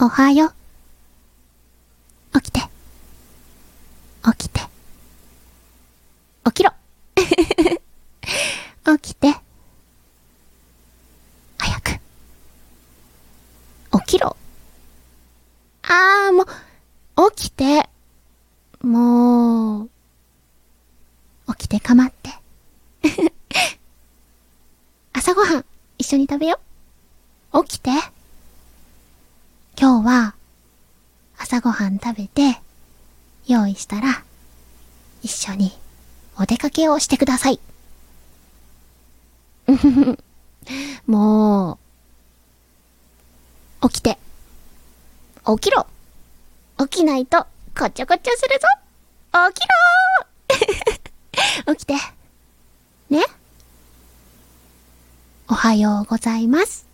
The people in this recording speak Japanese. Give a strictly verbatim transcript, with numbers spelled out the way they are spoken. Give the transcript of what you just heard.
おはよう。起きて。起きて。起きろ。起きて。早く。起きろ。あーもう、起きて。もう、起きてかまって。朝ごはん、一緒に食べよ。起きて。今日は、朝ごはん食べて、用意したら、一緒にお出かけをしてください。もう、起きて。起きろ。起きないと、こちょこちょするぞ。起きろー。起きて。ね。おはようございます。